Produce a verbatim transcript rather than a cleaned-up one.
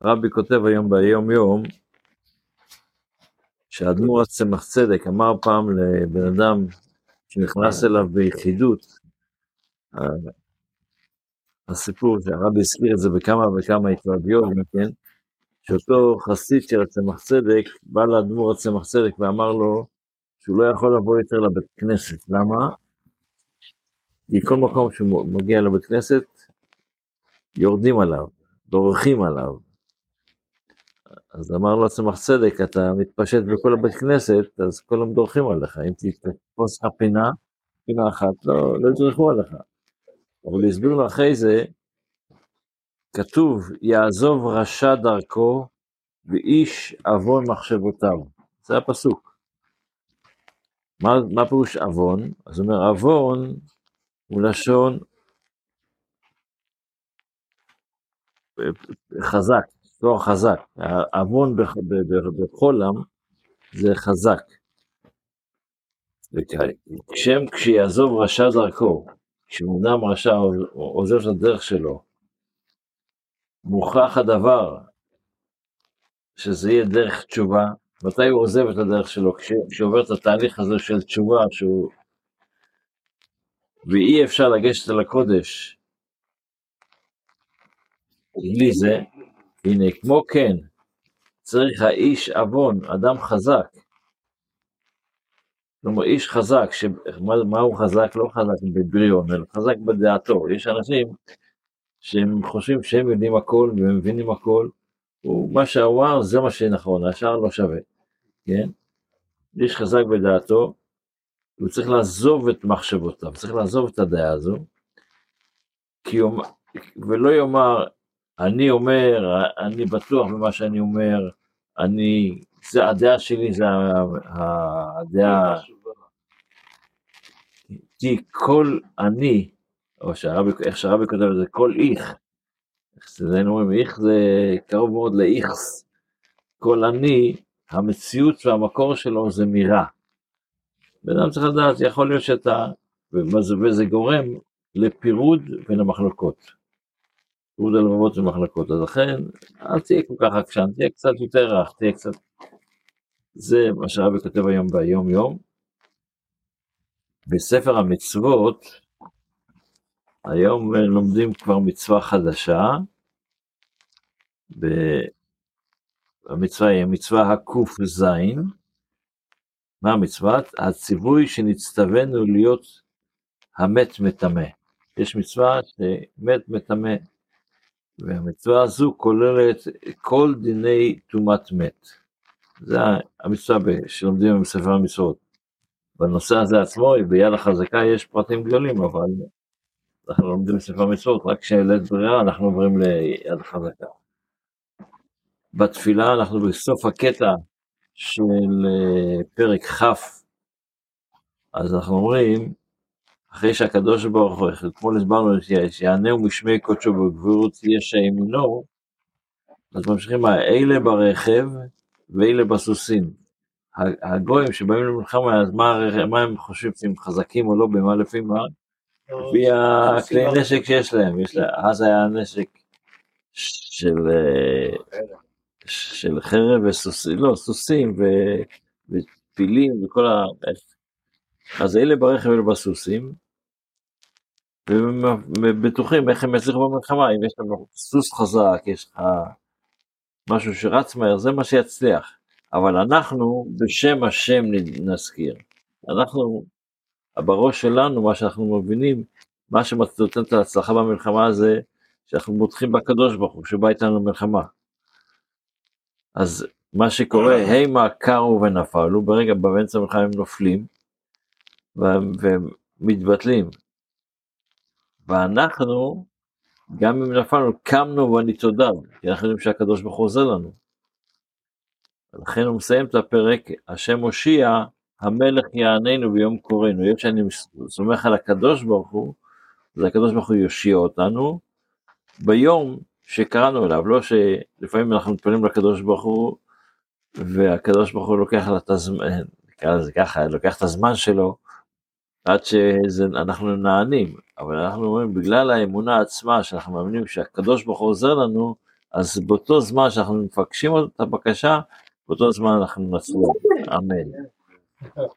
רבי כותב היום ביום יום, שהאדמו"ר הצמח צדק אמר פעם לבן אדם שנכנס אליו ביחידות, הסיפור שהרבי הזכיר את זה בכמה וכמה התרביות, כן? שאותו חסיד של הצמח צדק בא לאדמו"ר הצמח צדק ואמר לו שהוא לא יכול לבוא יותר לבית כנסת. למה? כי כל מקום שהוא מגיע לבית כנסת יורדים עליו, דורכים עליו. אז אמר לו הצמח צדק, אתה מתפשט בכל הבית כנסת, אז כולם דורכים עליך. אם תתפוס לך פינה, פינה אחת, לא, לא ידרכו עליך. אבל הסביר לו אחרי זה, כתוב, יעזוב רשע דרכו, ואיש עוון מחשבותיו. זה הפסוק. מה, מה פירוש עוון? אז הוא אומר, עוון הוא לשון חזק, לא חזק. העוון בחולם זה חזק. כשם כשיעזוב רשע דרכו, כשאדם רשע עוזב את הדרך שלו, מוכרח הדבר שזה יהיה דרך תשובה. מתי הוא עוזב את הדרך שלו? כשעובר את התהליך הזה של תשובה, שהוא... ואי אפשר לגשת אל הקודש בלי זה. הנה, כמו כן, צריך האיש עוון, אדם חזק. כלומר, איש חזק, ש... מה, מה הוא חזק? לא חזק בבריאון, אלא חזק בדעתו. יש אנשים שהם חושבים שהם יודעים הכל והם מבינים הכל, ומה שאמר זה מה שנכון, השאר לא שווה, כן? איש חזק בדעתו, הוא צריך לעזוב את מחשבותיו, צריך לעזוב את הדעה הזו, כי יאמר, ולא יאמר, אני אומר, אני בטוח במה שאני אומר, אני, זה הדעה שלי, זה הדעה, כי כל אני, או שהרבי, איך שהרבי כותב את זה, כל איך, זה אומרים, איך זה קרוב מאוד לאיכס, כל אני, המציאות והמקור שלו זה מירה. בן אדם צריך לדעת, יכול להיות שאתה, וזה גורם לפירוד ולמחלוקות. פירוד הלבבות ומחלוקות. אז לכן, אל תהיה כל כך עקשן, תהיה קצת יותר רך, תהיה קצת... זה מה שהרבי כותב היום ביום יום. בספר המצוות, היום לומדים כבר מצווה חדשה, המצווה היא המצווה הקוף זין. מה המצווה? הציווי שנצטווינו להיות המת מטמא. יש מצווה שמת מטמא, והמצווה הזו כוללת כל דיני טומאת מת. זה המצווה שלומדים בספר המצוות. בנושא הזה עצמו, ביד החזקה יש פרטים גדולים, אבל אנחנו לומדים בספר המצוות, רק כשילד ברירה אנחנו עוברים ליד החזקה. בתפילה אנחנו בסוף הקטע של פרק חף, אז אנחנו אומרים, אחרי שהקדוש ברוך הוא, אתמול הסברנו שיענהו משמי קודשו בגבירות יש האמונו, אז ממשיכים, אלה ברכב ואלה בסוסים. הגויים שבאים למלחמה, אז מה, מה הם חושבים, אם חזקים או לא, במה לפי מה? לפי הכלי נשק שיש להם, יש לה, אז היה נשק של... של חרב וסוסים, לא, סוסים ו... ופילים וכל ה... אז אלה ברכב ואלה בסוסים, ובטוחים איך הם יצליחו במלחמה, אם יש לנו סוס חזק, יש לך משהו שרץ מהר, זה מה שיצליח. אבל אנחנו בשם השם נזכיר. אנחנו, בראש שלנו, מה שאנחנו מבינים, מה שנותן את ההצלחה במלחמה זה, שאנחנו מותחים בקדוש ברוך הוא, שבא איתנו מלחמה. אז מה שקורה, הימה קרו ונפלו, ברגע באמצע המלחמה הם נופלים, ומתבטלים. ואנחנו, גם אם נפלנו, קמנו ונתעודד, כי אנחנו יודעים שהקדוש ברוך הוא עוזר לנו. ולכן הוא מסיים את הפרק, השם הושיע, המלך יעננו ביום קורנו. יש שאני סומך על הקדוש ברוך הוא, אז הקדוש ברוך הוא יושיע אותנו, ביום שקראנו אליו, לא שלפעמים אנחנו מתפנים לקדוש ברוך הוא, והקדוש ברוך הוא לוקח את הזמן, זה ככה, לוקח את הזמן שלו, עד שאנחנו נענים, אבל אנחנו אומרים, בגלל האמונה עצמה, שאנחנו מאמינים שהקדוש ברוך הוא עוזר לנו, אז באותו זמן שאנחנו מפגשים את הבקשה, באותו זמן אנחנו נצליח, אמן.